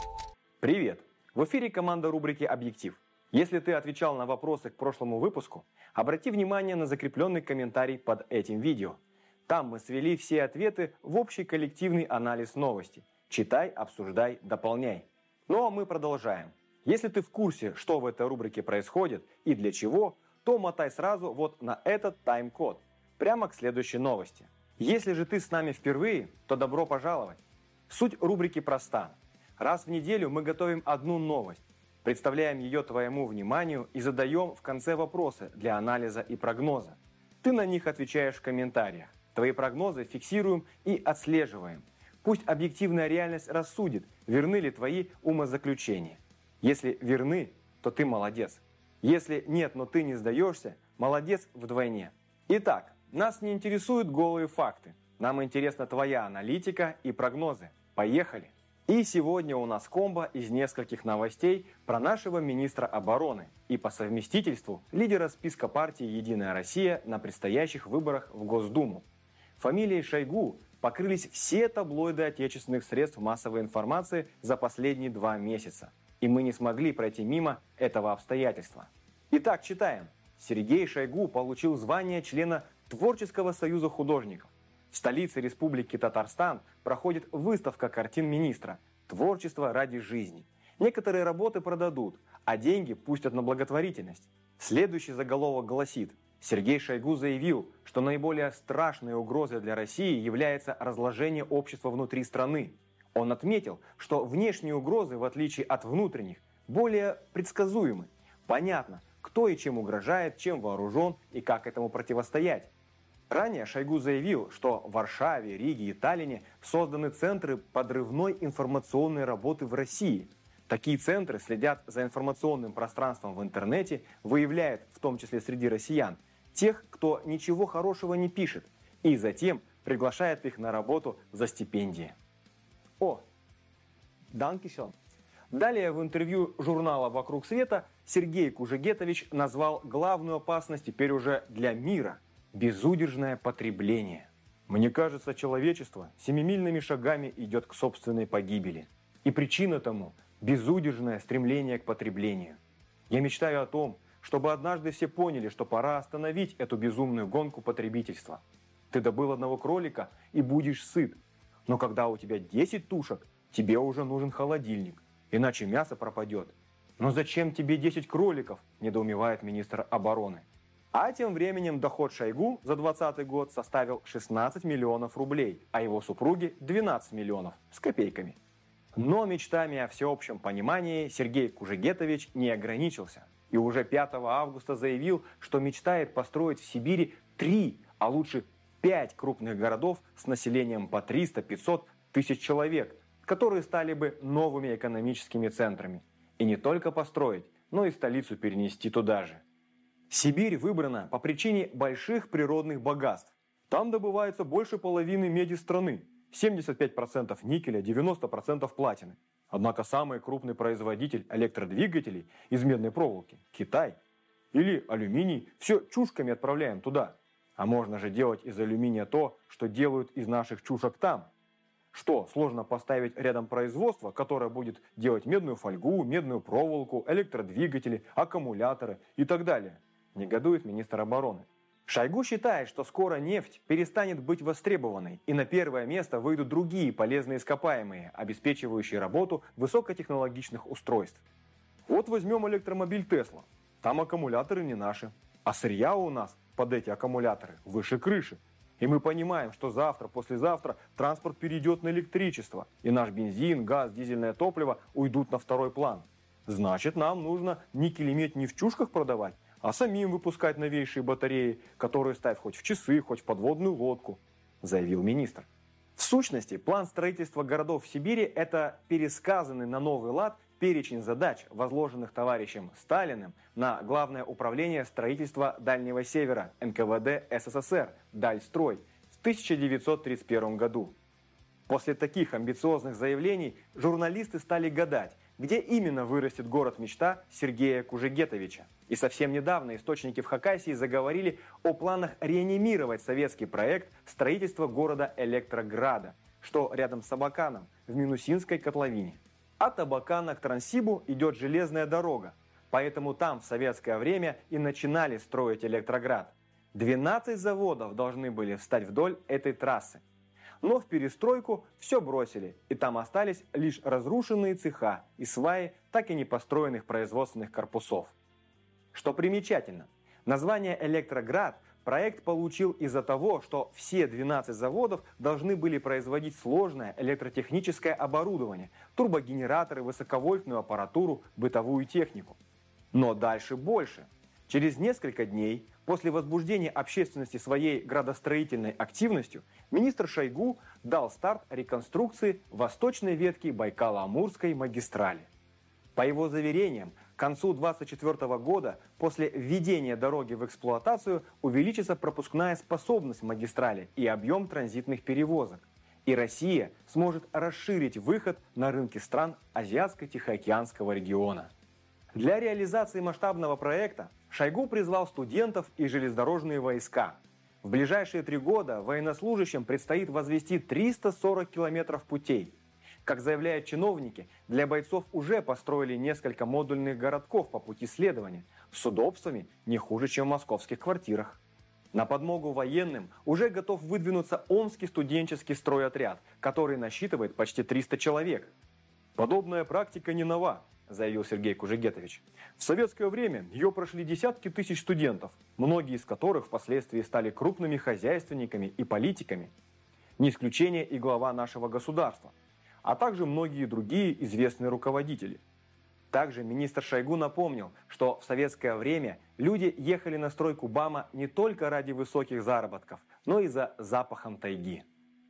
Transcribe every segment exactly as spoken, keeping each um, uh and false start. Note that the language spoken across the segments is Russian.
Привет! В эфире команда рубрики «Объектив». Если ты отвечал на вопросы к прошлому выпуску, обрати внимание на закрепленный комментарий под этим видео. Там мы свели все ответы в общий коллективный анализ новости. Читай, обсуждай, дополняй. Ну а мы продолжаем. Если ты в курсе, что в этой рубрике происходит и для чего, то мотай сразу вот на этот тайм-код, прямо к следующей новости. Если же ты с нами впервые, то добро пожаловать. Суть рубрики проста. Раз в неделю мы готовим одну новость, представляем ее твоему вниманию и задаем в конце вопросы для анализа и прогноза. Ты на них отвечаешь в комментариях. Твои прогнозы фиксируем и отслеживаем. Пусть объективная реальность рассудит, верны ли твои умозаключения. Если верны, то ты молодец. Если нет, но ты не сдаешься, молодец вдвойне. Итак, нас не интересуют голые факты. Нам интересна твоя аналитика и прогнозы. Поехали! И сегодня у нас комбо из нескольких новостей про нашего министра обороны и по совместительству лидера списка партии «Единая Россия» на предстоящих выборах в Госдуму. Фамилией Шойгу покрылись все таблоиды отечественных средств массовой информации за последние два месяца. И мы не смогли пройти мимо этого обстоятельства. Итак, читаем. Сергей Шойгу получил звание члена Творческого союза художников. В столице Республики Татарстан проходит выставка картин министра «Творчество ради жизни». Некоторые работы продадут, а деньги пустят на благотворительность. Следующий заголовок гласит: Сергей Шойгу заявил, что наиболее страшной угрозой для России является разложение общества внутри страны. Он отметил, что внешние угрозы, в отличие от внутренних, более предсказуемы. Понятно, кто и чем угрожает, чем вооружен и как этому противостоять. Ранее Шойгу заявил, что в Варшаве, Риге и Таллине созданы центры подрывной информационной работы в России. Такие центры следят за информационным пространством в интернете, выявляют, в том числе среди россиян, тех, кто ничего хорошего не пишет, и затем приглашает их на работу за стипендии. О, данкишон. Далее в интервью журнала «Вокруг света» Сергей Кужегетович назвал главную опасность теперь уже для мира – безудержное потребление. Мне кажется, человечество семимильными шагами идет к собственной погибели. И причина тому – безудержное стремление к потреблению. Я мечтаю о том, чтобы однажды все поняли, что пора остановить эту безумную гонку потребительства. Ты добыл одного кролика и будешь сыт. Но когда у тебя десять тушек, тебе уже нужен холодильник, иначе мясо пропадет. Но зачем тебе десять кроликов, недоумевает министр обороны. А тем временем доход Шойгу за двадцатый год составил шестнадцать миллионов рублей, а его супруге двенадцать миллионов с копейками. Но мечтами о всеобщем понимании Сергей Кужегетович не ограничился. И уже пятого августа заявил, что мечтает построить в Сибири три, а лучше пять крупных городов с населением по триста-пятьсот тысяч человек, которые стали бы новыми экономическими центрами. И не только построить, но и столицу перенести туда же. Сибирь выбрана по причине больших природных богатств. Там добывается больше половины меди страны, семьдесят пять процентов никеля, девяносто процентов платины. Однако самый крупный производитель электродвигателей из медной проволоки – Китай. Или алюминий все чушками отправляем туда. А можно же делать из алюминия то, что делают из наших чушек там. Что, сложно поставить рядом производство, которое будет делать медную фольгу, медную проволоку, электродвигатели, аккумуляторы и так далее? Негодует министр обороны. Шойгу считает, что скоро нефть перестанет быть востребованной, и на первое место выйдут другие полезные ископаемые, обеспечивающие работу высокотехнологичных устройств. Вот возьмем электромобиль Tesla. Там аккумуляторы не наши, а сырья у нас под эти аккумуляторы выше крыши. И мы понимаем, что завтра, послезавтра транспорт перейдет на электричество, и наш бензин, газ, дизельное топливо уйдут на второй план. Значит, нам нужно никель и медь не в чушках продавать, а самим выпускать новейшие батареи, которые ставь хоть в часы, хоть в подводную лодку, заявил министр. В сущности, план строительства городов в Сибири – это пересказанный на новый лад перечень задач, возложенных товарищем Сталиным на Главное управление строительства Дальнего Севера эн ка вэ дэ эс эс эс эр «Дальстрой» в тысяча девятьсот тридцать первом году. После таких амбициозных заявлений журналисты стали гадать, где именно вырастет город-мечта Сергея Кужегетовича. И совсем недавно источники в Хакасии заговорили о планах реанимировать советский проект строительства города Электрограда, что рядом с Абаканом, в Минусинской котловине. От Абакана к Транссибу идет железная дорога, поэтому там в советское время и начинали строить Электроград. двенадцать заводов должны были встать вдоль этой трассы. Но в перестройку все бросили, и там остались лишь разрушенные цеха и сваи так и не построенных производственных корпусов. Что примечательно, название «Электроград» проект получил из-за того, что все двенадцать заводов должны были производить сложное электротехническое оборудование, турбогенераторы, высоковольтную аппаратуру, бытовую технику. Но дальше больше. Через несколько дней, после возбуждения общественности своей градостроительной активностью, министр Шойгу дал старт реконструкции восточной ветки Байкало-Амурской магистрали. По его заверениям, к концу двадцать четвёртого года, после введения дороги в эксплуатацию, увеличится пропускная способность магистрали и объем транзитных перевозок. И Россия сможет расширить выход на рынки стран Азиатско-Тихоокеанского региона. Для реализации масштабного проекта Шойгу призвал студентов и железнодорожные войска. В ближайшие три года военнослужащим предстоит возвести триста сорок километров путей. Как заявляют чиновники, для бойцов уже построили несколько модульных городков по пути следования, с удобствами не хуже, чем в московских квартирах. На подмогу военным уже готов выдвинуться Омский студенческий стройотряд, который насчитывает почти триста человек. Подобная практика не нова, заявил Сергей Кужегетович. В советское время ее прошли десятки тысяч студентов, многие из которых впоследствии стали крупными хозяйственниками и политиками. Не исключение и глава нашего государства, а также многие другие известные руководители. Также министр Шойгу напомнил, что в советское время люди ехали на стройку БАМа не только ради высоких заработков, но и за запахом тайги.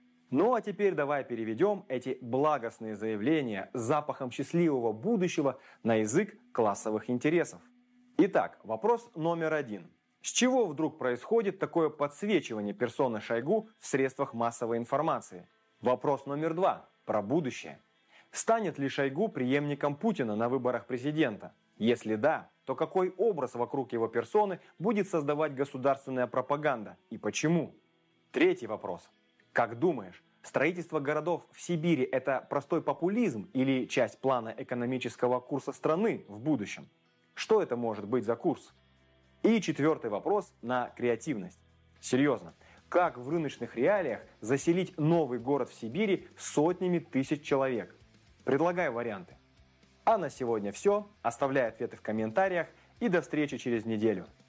Ну а теперь давай переведем эти благостные заявления с запахом счастливого будущего на язык классовых интересов. Итак, вопрос номер один. С чего вдруг происходит такое подсвечивание персоны Шойгу в средствах массовой информации? Вопрос номер два. Про будущее. Станет ли Шойгу преемником Путина на выборах президента? Если да, то какой образ вокруг его персоны будет создавать государственная пропаганда и почему? Третий вопрос. Как думаешь, строительство городов в Сибири – это простой популизм или часть плана экономического курса страны в будущем? Что это может быть за курс? И четвертый вопрос на креативность. Серьезно, как в рыночных реалиях заселить новый город в Сибири сотнями тысяч человек? Предлагай варианты. А на сегодня все. Оставляй ответы в комментариях и до встречи через неделю.